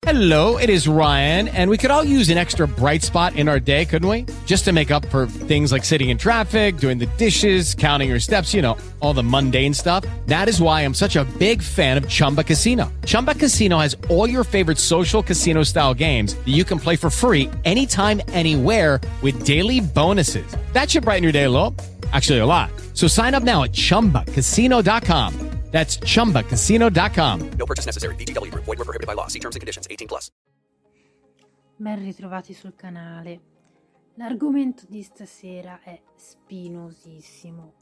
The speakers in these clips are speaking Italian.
Hello, it is Ryan, and we could all use an extra bright spot in our day, couldn't we? Just to make up for things like sitting in traffic, doing the dishes, counting your steps, you know, all the mundane stuff. That is why I'm such a big fan of Chumba Casino. Chumba Casino has all your favorite social casino-style games that you can play for free anytime, anywhere with daily bonuses. That should brighten your day a little. Actually, a lot. So sign up now at ChumbaCasino.com. That's ChumbaCasino.com. No purchase necessary. VGW Group. Void where prohibited by law. See terms and conditions. 18+. Ben ritrovati sul canale. L'argomento di stasera è spinosissimo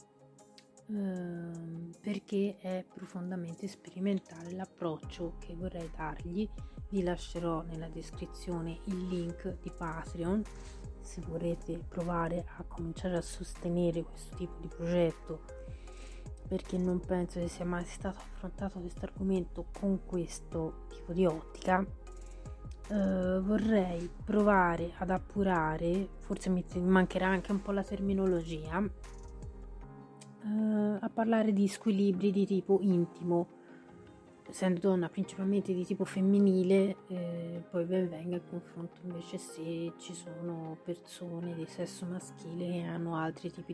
perché è profondamente sperimentale l'approccio che vorrei dargli. Vi lascerò nella descrizione il link di Patreon se vorrete provare a cominciare a sostenere questo tipo di progetto, perché non penso che sia mai stato affrontato questo argomento con questo tipo di ottica. Vorrei provare ad appurare, forse mi mancherà anche un po' la terminologia, a parlare di squilibri di tipo intimo, essendo donna principalmente di tipo femminile. Poi ben venga il confronto invece se ci sono persone di sesso maschile che hanno altri tipi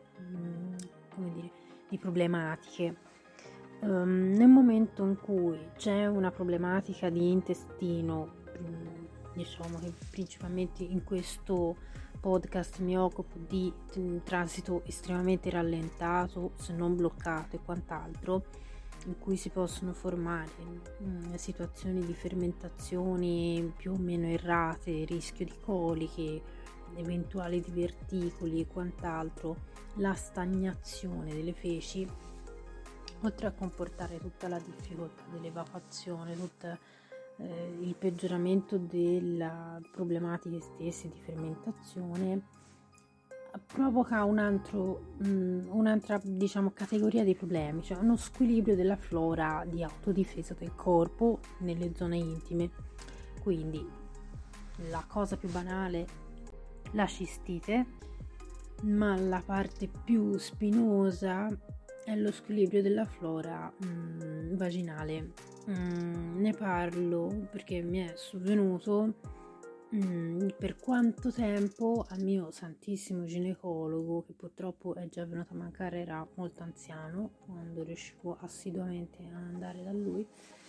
di problematiche. Nel momento in cui c'è una problematica di intestino, diciamo che principalmente in questo podcast mi occupo di transito estremamente rallentato, se non bloccato e quant'altro, in cui si possono formare situazioni di fermentazioni più o meno errate, rischio di coliche, eventuali diverticoli e quant'altro, la stagnazione delle feci, oltre a comportare tutta la difficoltà dell'evacuazione, tutto il peggioramento delle problematiche stesse di fermentazione, provoca un'altra diciamo categoria di problemi, cioè uno squilibrio della flora di autodifesa del corpo nelle zone intime. Quindi la cosa più banale, la cistite, ma la parte più spinosa è lo squilibrio della flora vaginale. Ne parlo perché mi è sovvenuto per quanto tempo al mio santissimo ginecologo, che purtroppo è già venuto a mancare, era molto anziano quando riuscivo assiduamente ad andare da lui.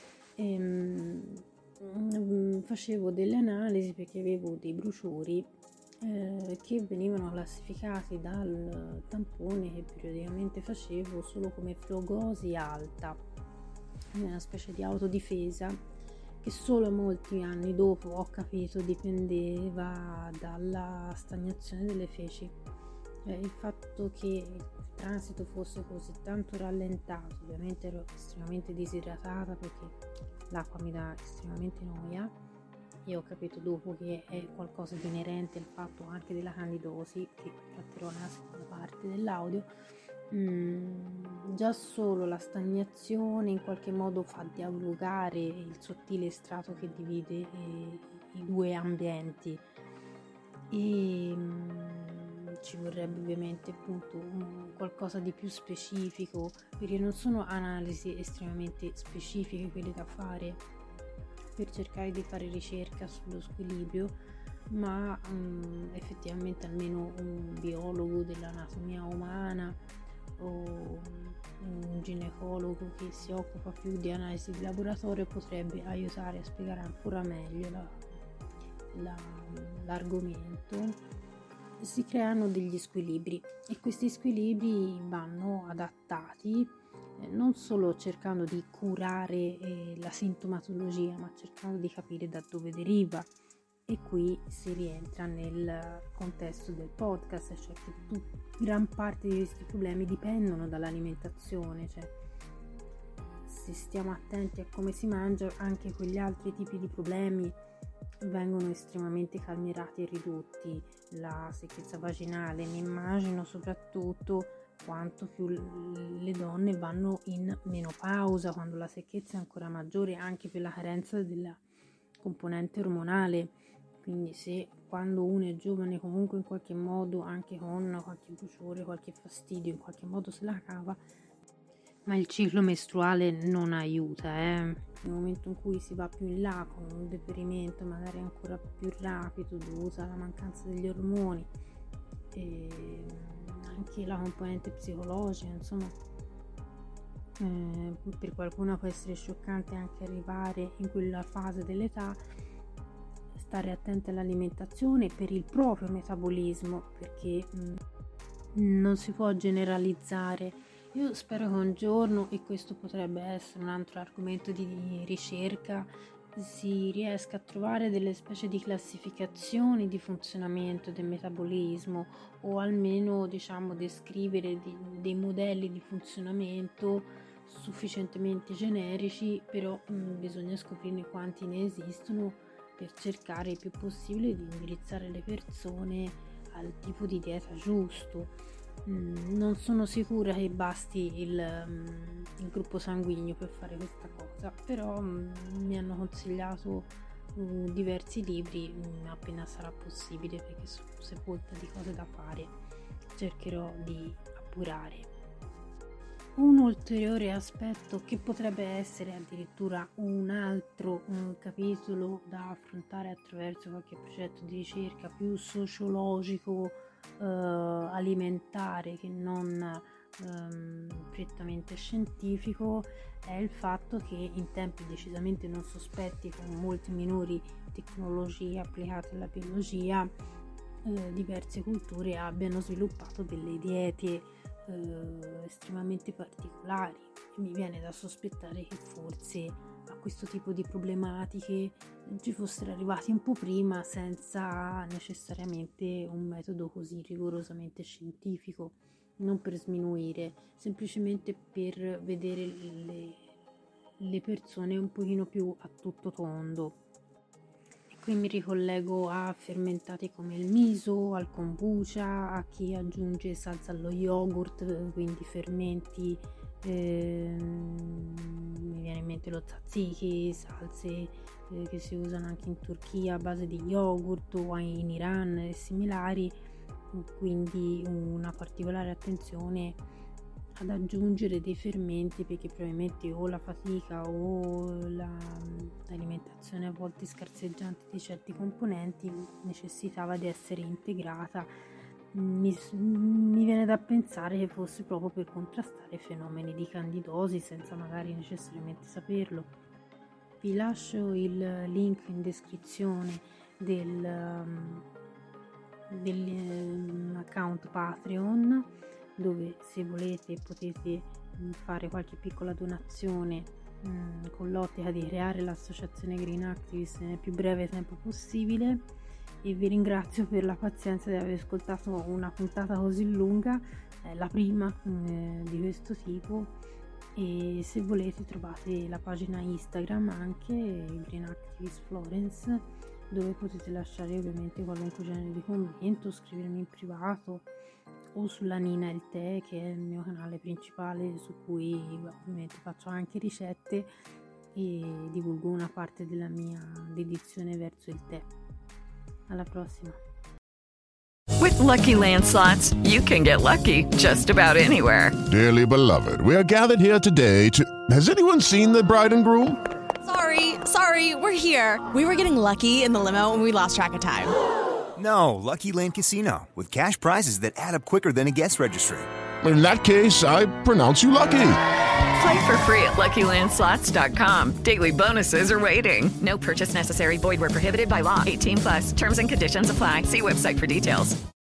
Facevo delle analisi perché avevo dei bruciori che venivano classificati dal tampone che periodicamente facevo solo come flogosi alta, una specie di autodifesa che solo molti anni dopo ho capito dipendeva dalla stagnazione delle feci. Il fatto che il transito fosse così tanto rallentato, ovviamente ero estremamente disidratata perché l'acqua mi dà estremamente noia, e ho capito dopo che è qualcosa di inerente al fatto anche della candidosi, che tratterò nella seconda parte dell'audio. Già solo la stagnazione in qualche modo fa dialogare il sottile strato che divide i due ambienti, e ci vorrebbe ovviamente appunto qualcosa di più specifico, perché non sono analisi estremamente specifiche quelle da fare per cercare di fare ricerca sullo squilibrio, ma effettivamente almeno un biologo dell'anatomia umana o un ginecologo che si occupa più di analisi di laboratorio potrebbe aiutare a spiegare ancora meglio l'argomento. Si creano degli squilibri e questi squilibri vanno adattati, non solo cercando di curare la sintomatologia, ma cercando di capire da dove deriva. E qui si rientra nel contesto del podcast, cioè che gran parte di questi problemi dipendono dall'alimentazione, cioè se stiamo attenti a come si mangia, anche quegli altri tipi di problemi vengono estremamente calmierati e ridotti. La secchezza vaginale, mi immagino soprattutto quanto più le donne vanno in menopausa, quando la secchezza è ancora maggiore anche per la carenza della componente ormonale. Quindi se quando uno è giovane comunque in qualche modo, anche con qualche bruciore, qualche fastidio, in qualche modo se la cava, Ma il ciclo mestruale non aiuta, Nel momento in cui si va più in là con un deperimento magari ancora più rapido dovuto alla mancanza degli ormoni e anche la componente psicologica, insomma, per qualcuno può essere scioccante anche arrivare in quella fase dell'età. Stare attenti all'alimentazione per il proprio metabolismo, perché non si può generalizzare. Io spero che un giorno, e questo potrebbe essere un altro argomento di ricerca, si riesca a trovare delle specie di classificazioni di funzionamento del metabolismo, o almeno descrivere dei modelli di funzionamento sufficientemente generici, però bisogna scoprire quanti ne esistono per cercare il più possibile di indirizzare le persone al tipo di dieta giusto. Non sono sicura che basti il gruppo sanguigno per fare questa cosa, però mi hanno consigliato diversi libri. Appena sarà possibile, perché sono sepolta di cose da fare, cercherò di appurare. Un ulteriore aspetto che potrebbe essere addirittura un altro capitolo da affrontare attraverso qualche progetto di ricerca più sociologico, alimentare, che non prettamente scientifico, è il fatto che in tempi decisamente non sospetti, con molte minori tecnologie applicate alla biologia, diverse culture abbiano sviluppato delle diete estremamente particolari, e mi viene da sospettare che forse a questo tipo di problematiche ci fossero arrivati un po' prima, senza necessariamente un metodo così rigorosamente scientifico, non per sminuire, semplicemente per vedere le persone un pochino più a tutto tondo. Qui mi ricollego a fermentati come il miso, al kombucha, a chi aggiunge salsa allo yogurt, quindi fermenti, mi viene in mente lo tzatziki, salse che si usano anche in Turchia a base di yogurt, o in Iran e similari, quindi una particolare attenzione ad aggiungere dei fermenti, perché probabilmente o la fatica o l'alimentazione a volte scarseggiante di certi componenti necessitava di essere integrata. Mi viene da pensare che fosse proprio per contrastare fenomeni di candidosi senza magari necessariamente saperlo. Vi lascio il link in descrizione dell'account Patreon, dove se volete potete fare qualche piccola donazione con l'ottica di creare l'associazione Green Activist nel più breve tempo possibile. E vi ringrazio per la pazienza di aver ascoltato una puntata così lunga, la prima di questo tipo, e se volete trovate la pagina Instagram anche, Green Activist Florence, dove potete lasciare ovviamente qualunque genere di commento, scrivermi in privato, o sulla Nina e il tè, che è il mio canale principale, su cui ovviamente faccio anche ricette e divulgo una parte della mia dedizione verso il tè. Alla prossima. With Lucky Land Slots, you can get lucky just about anywhere. Dearly beloved, we are gathered here today to... Has anyone seen the bride and groom? Sorry, we're here. We were getting lucky in the limo and we lost track of time. No, Lucky Land Casino, with cash prizes that add up quicker than a guest registry. In that case, I pronounce you lucky. Play for free at LuckyLandSlots.com. Daily bonuses are waiting. No purchase necessary. Void where prohibited by law. 18+. Terms and conditions apply. See website for details.